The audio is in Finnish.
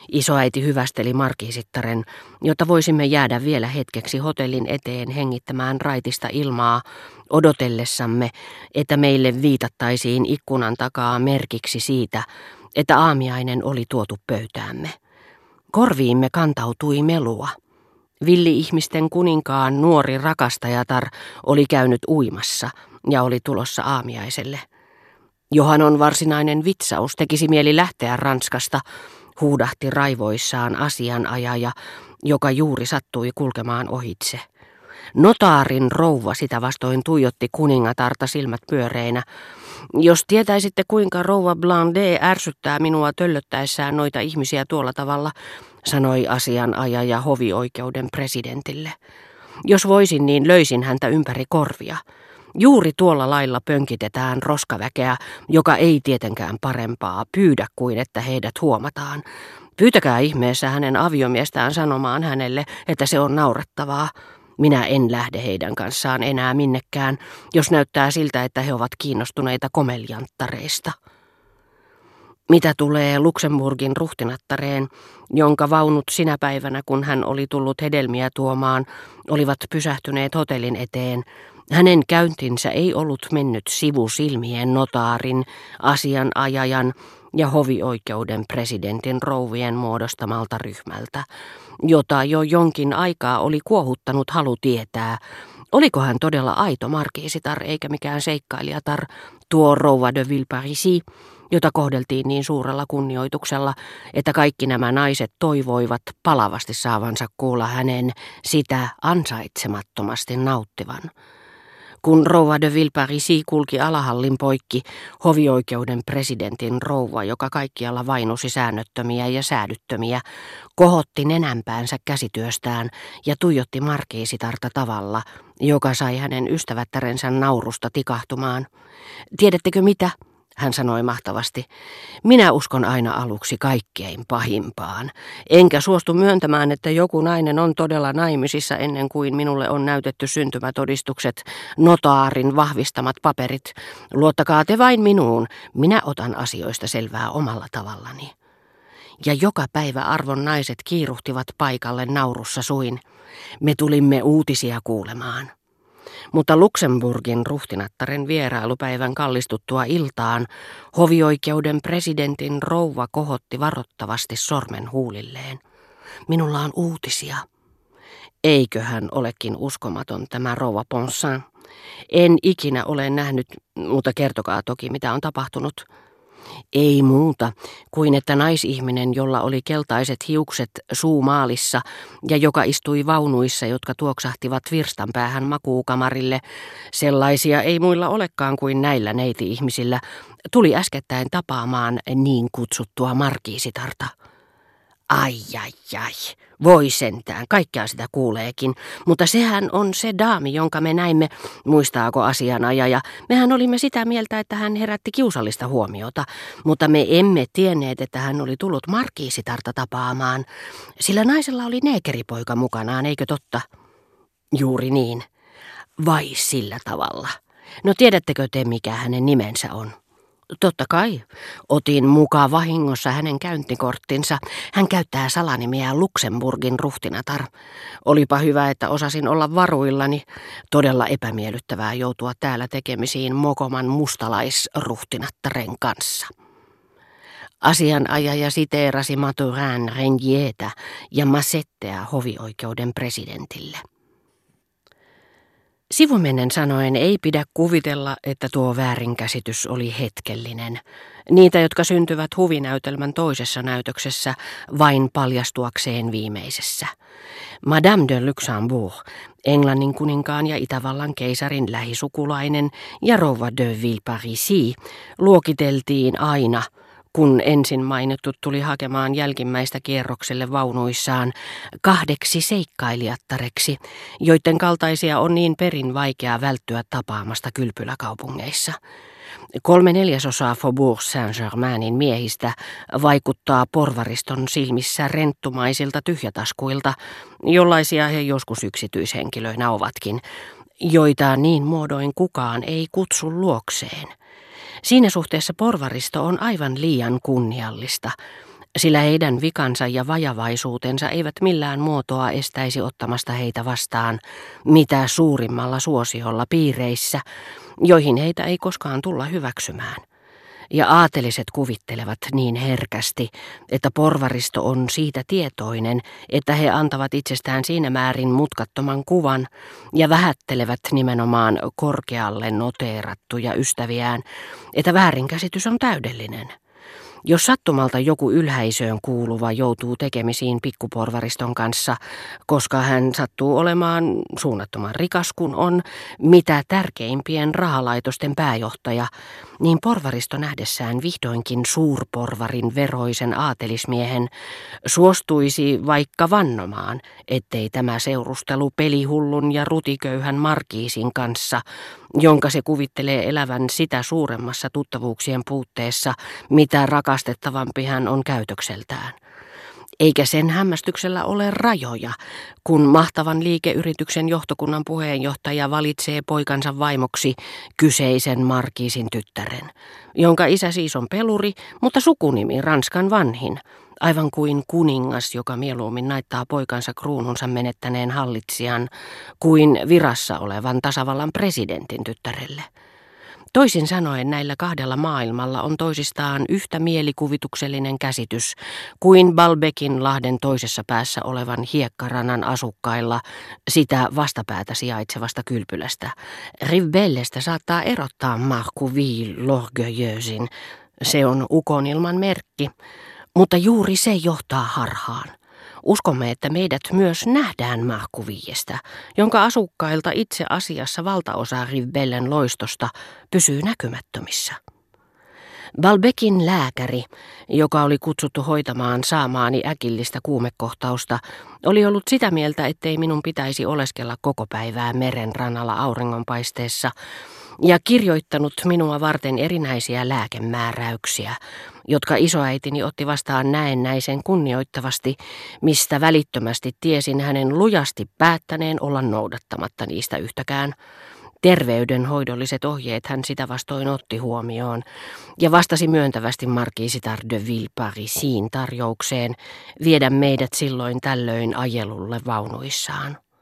Isoäiti hyvästeli markiisittaren, jotta voisimme jäädä vielä hetkeksi hotellin eteen hengittämään raitista ilmaa odotellessamme, että meille viitattaisiin ikkunan takaa merkiksi siitä, että aamiainen oli tuotu pöytäämme. Korviimme kantautui melua. Villi-ihmisten kuninkaan nuori rakastajatar oli käynyt uimassa ja oli tulossa aamiaiselle. Johan on varsinainen vitsaus, tekisi mieli lähteä Ranskasta, huudahti raivoissaan asianajaja, joka juuri sattui kulkemaan ohitse. Notaarin rouva sitä vastoin tuijotti kuningatarta silmät pyöreinä. Jos tietäisitte, kuinka rouva Blandet ärsyttää minua töllöttäessään noita ihmisiä tuolla tavalla, sanoi asianajaja hovioikeuden presidentille. Jos voisin, niin löisin häntä ympäri korvia. Juuri tuolla lailla pönkitetään roskaväkeä, joka ei tietenkään parempaa pyydä kuin että heidät huomataan. Pyytäkää ihmeessä hänen aviomiestään sanomaan hänelle, että se on naurettavaa. Minä en lähde heidän kanssaan enää minnekään, jos näyttää siltä, että he ovat kiinnostuneita komeljanttareista. Mitä tulee Luxemburgin ruhtinattareen, jonka vaunut sinä päivänä, kun hän oli tullut hedelmiä tuomaan, olivat pysähtyneet hotellin eteen, hänen käyntinsä ei ollut mennyt sivusilmien notaarin, asianajajan ja hovioikeuden presidentin rouvien muodostamalta ryhmältä, jota jo jonkin aikaa oli kuohuttanut halu tietää, oliko hän todella aito markiisitar eikä mikään seikkailijatar, tuo rouva de Villeparisis, jota kohdeltiin niin suurella kunnioituksella, että kaikki nämä naiset toivoivat palavasti saavansa kuulla hänen sitä ansaitsemattomasti nauttivan. Kun rouva de Villeparisis kulki alahallin poikki, hovioikeuden presidentin rouva, joka kaikkialla vainusi säännöttömiä ja säädyttömiä, kohotti nenänpäänsä käsityöstään ja tuijotti markiisitarta tavalla, joka sai hänen ystävättärensä naurusta tikahtumaan. Tiedättekö mitä? Hän sanoi mahtavasti. Minä uskon aina aluksi kaikkein pahimpaan. Enkä suostu myöntämään, että joku nainen on todella naimisissa ennen kuin minulle on näytetty syntymätodistukset, notaarin vahvistamat paperit. Luottakaa te vain minuun. Minä otan asioista selvää omalla tavallani. Ja joka päivä arvon naiset kiiruhtivat paikalle naurussa suin. Me tulimme uutisia kuulemaan. Mutta Luxemburgin ruhtinattaren vierailupäivän kallistuttua iltaan hovioikeuden presidentin rouva kohotti varoittavasti sormen huulilleen. Minulla on uutisia. Eiköhän olekin uskomaton tämä rouva Ponsin. En ikinä ole nähnyt, mutta kertokaa toki mitä on tapahtunut. Ei muuta kuin että naisihminen, jolla oli keltaiset hiukset suumaalissa ja joka istui vaunuissa, jotka tuoksahtivat virstanpäähän makuukamarille, sellaisia ei muilla olekaan kuin näillä neiti-ihmisillä, tuli äskettäin tapaamaan niin kutsuttua markiisitarta. Ai, voi sentään, kaikkea sitä kuuleekin, mutta sehän on se daami, jonka me näimme, muistaako asianajaja. Mehän olimme sitä mieltä, että hän herätti kiusallista huomiota, mutta me emme tienneet, että hän oli tullut markiisitarta tapaamaan, sillä naisella oli neekeripoika mukanaan, eikö totta? Juuri niin. Vai sillä tavalla. No tiedättekö te, mikä hänen nimensä on? Totta kai. Otin mukaan vahingossa hänen käyntikorttinsa. Hän käyttää salanimiä Luxemburgin ruhtinatar. Olipa hyvä, että osasin olla varuillani. Todella epämiellyttävää joutua täällä tekemisiin mokoman mustalaisruhtinattaren kanssa. Asianajaja siteerasi Mathurin Rengietä ja Massettea hovioikeuden presidentille. Sivumennen sanoen ei pidä kuvitella, että tuo väärinkäsitys oli hetkellinen. Niitä, jotka syntyvät huvinäytelmän toisessa näytöksessä, vain paljastuakseen viimeisessä. Madame de Luxembourg, Englannin kuninkaan ja Itävallan keisarin lähisukulainen ja rouva de Villeparisis, luokiteltiin aina, kun ensin mainittu tuli hakemaan jälkimmäistä kierrokselle vaunuissaan, 2 seikkailijattareksi, joiden kaltaisia on niin perin vaikea välttyä tapaamasta kylpyläkaupungeissa. 3/4 Faubourg Saint-Germainin miehistä vaikuttaa porvariston silmissä renttumaisilta tyhjätaskuilta, jollaisia he joskus yksityishenkilöinä ovatkin, joita niin muodoin kukaan ei kutsu luokseen. Siinä suhteessa porvaristo on aivan liian kunniallista. sillä heidän vikansa ja vajavaisuutensa eivät millään muotoa estäisi ottamasta heitä vastaan mitä suurimmalla suosiolla piireissä, joihin heitä ei koskaan tulla hyväksymään. Ja aateliset kuvittelevat niin herkästi, että porvaristo on siitä tietoinen, että he antavat itsestään siinä määrin mutkattoman kuvan ja vähättelevät nimenomaan korkealle noteerattuja ystäviään, että väärinkäsitys on täydellinen. Jos sattumalta joku ylhäisöön kuuluva joutuu tekemisiin pikkuporvariston kanssa, koska hän sattuu olemaan suunnattoman rikas kun on mitä tärkeimpien rahalaitosten pääjohtaja, niin porvaristo nähdessään vihdoinkin suurporvarin veroisen aatelismiehen suostuisi vaikka vannomaan, ettei tämä seurustelu pelihullun ja rutiköyhän markiisin kanssa, jonka se kuvittelee elävän sitä suuremmassa tuttavuuksien puutteessa, mitä rakastettavampi hän on käytökseltään. Eikä sen hämmästyksellä ole rajoja, kun mahtavan liikeyrityksen johtokunnan puheenjohtaja valitsee poikansa vaimoksi kyseisen markiisin tyttären, jonka isä siis on peluri, mutta sukunimi Ranskan vanhin, aivan kuin kuningas, joka mieluummin naittaa poikansa kruununsa menettäneen hallitsijan, kuin virassa olevan tasavallan presidentin tyttärelle. Toisin sanoen näillä kahdella maailmalla on toisistaan yhtä mielikuvituksellinen käsitys kuin Balbekin lahden toisessa päässä olevan hiekkarannan asukkailla sitä vastapäätä sijaitsevasta kylpylästä. Rivbellestä saattaa erottaa Marcouville l'Orgueilleusin, se on ukonilman merkki, mutta juuri se johtaa harhaan. Uskomme, että meidät myös nähdään Marcouvillestä, jonka asukkailta itse asiassa valtaosa Rivbellen loistosta pysyy näkymättömissä. Balbekin lääkäri, joka oli kutsuttu hoitamaan saamaani äkillistä kuumekohtausta, oli ollut sitä mieltä, ettei minun pitäisi oleskella koko päivää meren rannalla auringonpaisteessa, ja kirjoittanut minua varten erinäisiä lääkemääräyksiä, jotka isoäitini otti vastaan näennäisen kunnioittavasti, mistä välittömästi tiesin hänen lujasti päättäneen olla noudattamatta niistä yhtäkään. Terveydenhoidolliset ohjeet hän sitä vastoin otti huomioon ja vastasi myöntävästi markiisitar de Villeparisin tarjoukseen viedä meidät silloin tällöin ajelulle vaunuissaan.